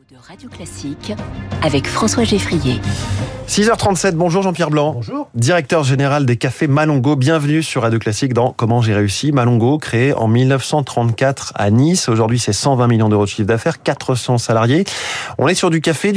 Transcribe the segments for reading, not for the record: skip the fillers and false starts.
de Radio Classique avec François Geffrier. 6h37, bonjour Jean-Pierre Blanc. Bonjour. Directeur général des cafés Malongo. Bienvenue sur Radio Classique dans Comment j'ai réussi. Malongo, créé en 1934 à Nice. Aujourd'hui, c'est 120 millions d'euros de chiffre d'affaires, 400 salariés. On est sur du café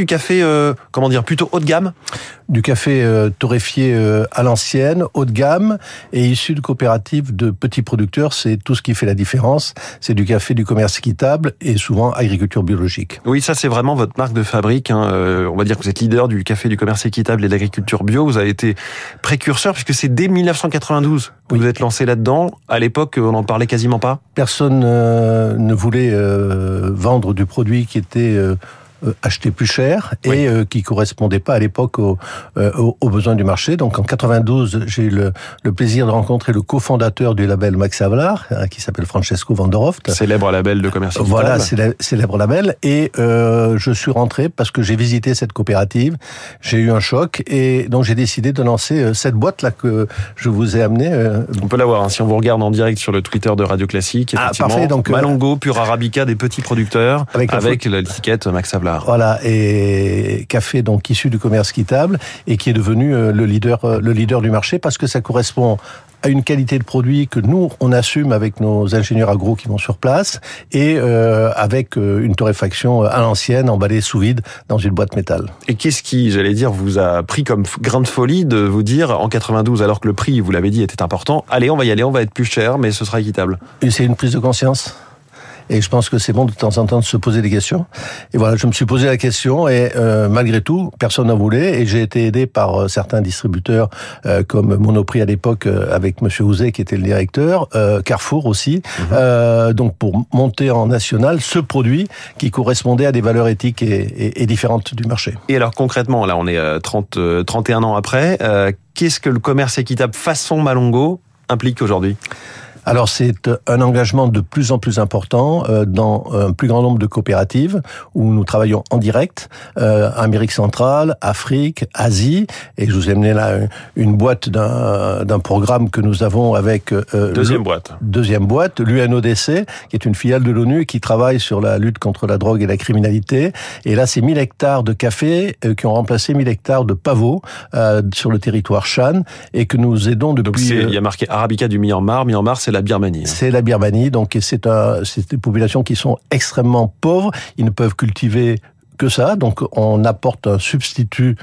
plutôt haut de gamme. Du café torréfié à l'ancienne, haut de gamme et issu de coopératives de petits producteurs. C'est tout ce qui fait la différence. C'est du café du commerce équitable et souvent agriculture biologique. Oui, ça c'est vraiment votre marque de fabrique. On va dire que vous êtes leader du café du commerce équitable et de l'agriculture bio. Vous avez été précurseur puisque c'est dès 1992 que vous êtes lancé là-dedans. À l'époque, on n'en parlait quasiment pas. Personne ne voulait vendre du produit qui était acheté plus cher et qui correspondait pas à l'époque aux besoins du marché. Donc en 92, j'ai eu le plaisir de rencontrer le cofondateur du label Max Havelaar, qui s'appelle Francesco Van der Hoft. Célèbre label de commerce équitable. Voilà, célèbre label. Et je suis rentré parce que j'ai visité cette coopérative, j'ai eu un choc et donc j'ai décidé de lancer cette boîte-là que je vous ai amenée. On peut la voir, si on vous regarde en direct sur le Twitter de Radio Classique. Effectivement, parfait. Donc, Malongo, pur arabica des petits producteurs, avec l'étiquette Max Havelaar. Voilà, et café donc issu du commerce équitable et qui est devenu le leader du marché parce que ça correspond à une qualité de produit que nous, on assume avec nos ingénieurs agro qui vont sur place et avec une torréfaction à l'ancienne, emballée sous vide dans une boîte métal. Et qu'est-ce qui, vous a pris comme grain de folie de vous dire, en 92, alors que le prix, vous l'avez dit, était important, allez, on va y aller, on va être plus cher, mais ce sera équitable. Et c'est une prise de conscience. Et je pense que c'est bon de temps en temps de se poser des questions. Et voilà, je me suis posé la question et malgré tout, personne n'en voulait. Et j'ai été aidé par certains distributeurs comme Monoprix à l'époque avec Monsieur Houzet qui était le directeur, Carrefour aussi. Donc pour monter en national ce produit qui correspondait à des valeurs éthiques et différentes du marché. Et alors concrètement, là on est 31 ans après, qu'est-ce que le commerce équitable façon Malongo implique aujourd'hui ? Alors c'est un engagement de plus en plus important dans un plus grand nombre de coopératives où nous travaillons en direct, Amérique centrale, Afrique, Asie, et je vous ai amené là une boîte d'un programme que nous avons avec deuxième boîte, l'UNODC, qui est une filiale de l'ONU qui travaille sur la lutte contre la drogue et la criminalité. Et là c'est 1000 hectares de café qui ont remplacé 1000 hectares de pavots sur le territoire Shan et que nous aidons depuis. Donc il y a marqué Arabica du Myanmar. Myanmar, c'est la Birmanie. C'est la Birmanie, donc c'est des populations qui sont extrêmement pauvres. Ils ne peuvent cultiver que ça, donc on apporte un substitut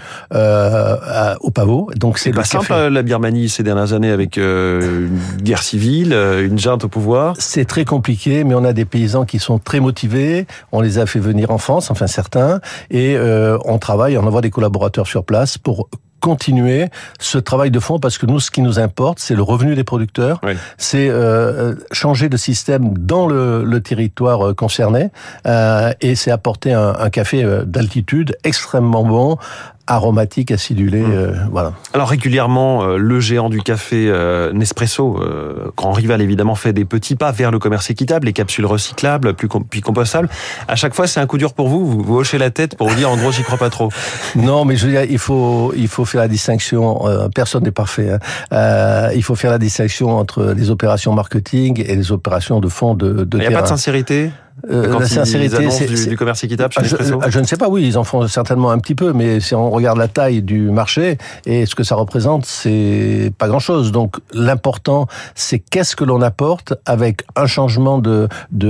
au pavot. Donc c'est pas simple la Birmanie ces dernières années avec une guerre civile, une junte au pouvoir. C'est très compliqué, mais on a des paysans qui sont très motivés. On les a fait venir en France, enfin certains, et on travaille, on envoie des collaborateurs sur place pour continuer ce travail de fond parce que nous, ce qui nous importe, c'est le revenu des producteurs, c'est changer de système dans le territoire concerné et c'est apporter un café d'altitude extrêmement bon, aromatique, acidulé, voilà. Alors régulièrement, le géant du café Nespresso, grand rival évidemment, fait des petits pas vers le commerce équitable, les capsules recyclables, puis compostables. À chaque fois, c'est un coup dur pour vous. Vous hochez la tête pour vous dire, en gros, j'y crois pas trop. Non, mais je veux dire, il faut faire la distinction. Personne n'est parfait. Il faut faire la distinction entre les opérations marketing et les opérations de fond de terrain. Il n'y a pas de sincérité. Quand la sincérité, du commerce équitable chez Nespresso ? Je ne sais pas, oui, ils en font certainement un petit peu, mais si on regarde la taille du marché et ce que ça représente, c'est pas grand-chose. Donc l'important, c'est qu'est-ce que l'on apporte avec un changement de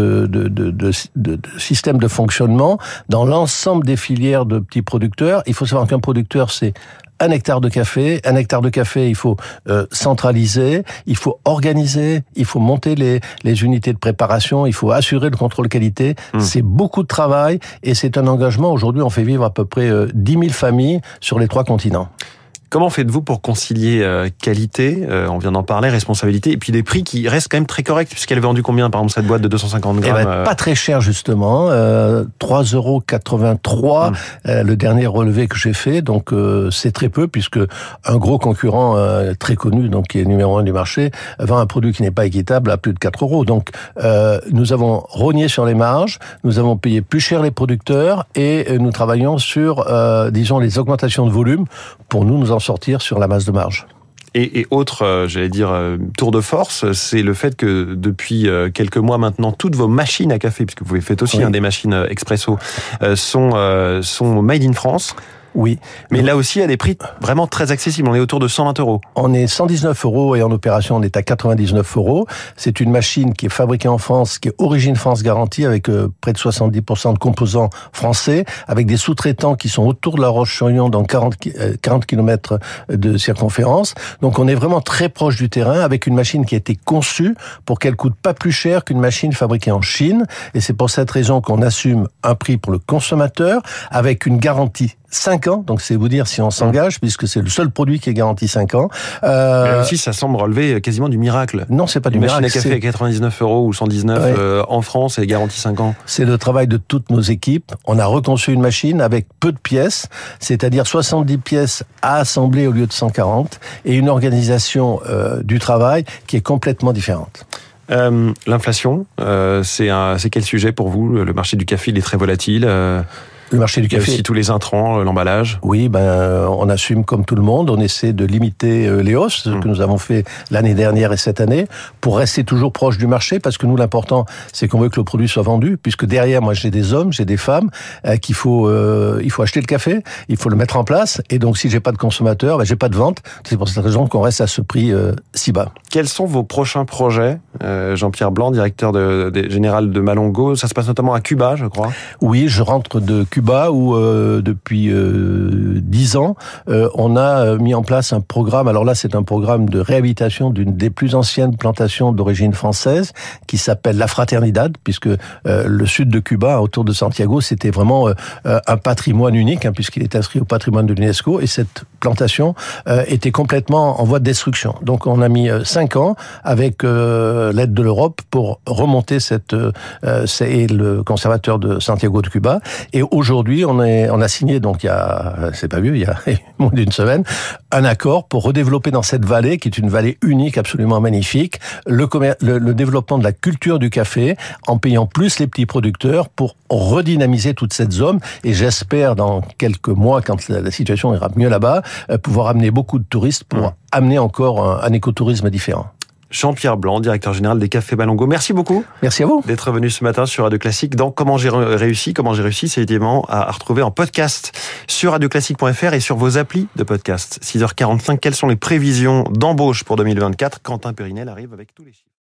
système de fonctionnement dans l'ensemble des filières de petits producteurs. Il faut savoir qu'un producteur, c'est 1 hectare de café. 1 hectare de café, il faut centraliser, il faut organiser, il faut monter les unités de préparation, il faut assurer le contrôle qualité. C'est beaucoup de travail et c'est un engagement. Aujourd'hui, on fait vivre à peu près 10 000 familles sur les 3 continents. Comment faites-vous pour concilier qualité, on vient d'en parler, responsabilité, et puis des prix qui restent quand même très corrects, puisqu'elle est vendue combien, par exemple, cette boîte de 250 grammes Pas très cher, justement. 3,83 €, le dernier relevé que j'ai fait. Donc, c'est très peu, puisque un gros concurrent très connu, donc qui est numéro 1 du marché, vend un produit qui n'est pas équitable à plus de 4 €. Donc, nous avons rogné sur les marges, nous avons payé plus cher les producteurs, et nous travaillons sur, disons, les augmentations de volume pour nous en sortir sur la masse de marge. Et autre, tour de force, c'est le fait que depuis quelques mois maintenant, toutes vos machines à café, puisque vous faites aussi des machines expresso, sont made in France. Oui. Mais là aussi, à des prix vraiment très accessibles. On est autour de 120 €. On est 119 € et en opération, on est à 99 €. C'est une machine qui est fabriquée en France, qui est origine France garantie, avec près de 70% de composants français, avec des sous-traitants qui sont autour de La Roche-sur-Yon, dans 40 km de circonférence. Donc on est vraiment très proche du terrain, avec une machine qui a été conçue pour qu'elle coûte pas plus cher qu'une machine fabriquée en Chine. Et c'est pour cette raison qu'on assume un prix pour le consommateur, avec une garantie 5 ans, donc c'est vous dire si on s'engage, puisque c'est le seul produit qui est garanti 5 ans. Mais là aussi, ça semble relever quasiment du miracle. Non, c'est pas du miracle. Une machine à café à 99 € ou 119 en France et garantie 5 ans. C'est le travail de toutes nos équipes. On a reconçu une machine avec peu de pièces, c'est-à-dire 70 pièces à assembler au lieu de 140, et une organisation du travail qui est complètement différente. L'inflation, c'est quel sujet pour vous? Le marché du café, il est très volatile. Le marché du café. Il y a aussi tous les intrants, l'emballage. Oui, on assume comme tout le monde. On essaie de limiter les hausses, ce que nous avons fait l'année dernière et cette année, pour rester toujours proche du marché, parce que nous, l'important, c'est qu'on veut que le produit soit vendu, puisque derrière, moi, j'ai des hommes, j'ai des femmes, il faut acheter le café, il faut le mettre en place, et donc, si j'ai pas de consommateur, j'ai pas de vente. C'est pour cette raison qu'on reste à ce prix si bas. Quels sont vos prochains projets, Jean-Pierre Blanc, directeur général de Malongo? Ça se passe notamment à Cuba, je crois. Oui, je rentre de Cuba où depuis 10 ans, on a mis en place un programme. Alors là, c'est un programme de réhabilitation d'une des plus anciennes plantations d'origine française qui s'appelle La Fraternidad, puisque le sud de Cuba, autour de Santiago, c'était vraiment un patrimoine unique, puisqu'il est inscrit au patrimoine de l'UNESCO, et cette plantation était complètement en voie de destruction. Donc on a mis 5 ans avec l'aide de l'Europe pour remonter c'est le conservateur de Santiago de Cuba. Et aujourd'hui, on a signé, donc c'est pas vieux, il y a moins d'une semaine, un accord pour redévelopper dans cette vallée, qui est une vallée unique, absolument magnifique, le développement de la culture du café, en payant plus les petits producteurs pour redynamiser toute cette zone. Et j'espère, dans quelques mois, quand la situation ira mieux là-bas, pouvoir amener beaucoup de touristes pour amener encore un écotourisme différent. Jean-Pierre Blanc, directeur général des Cafés Malongo. Merci beaucoup. Merci à vous. D'être venu ce matin sur Radio Classique dans Comment j'ai réussi. Comment j'ai réussi, c'est évidemment à retrouver en podcast sur radioclassique.fr et sur vos applis de podcast. 6h45, quelles sont les prévisions d'embauche pour 2024? Quentin Périnel arrive avec tous les chiffres.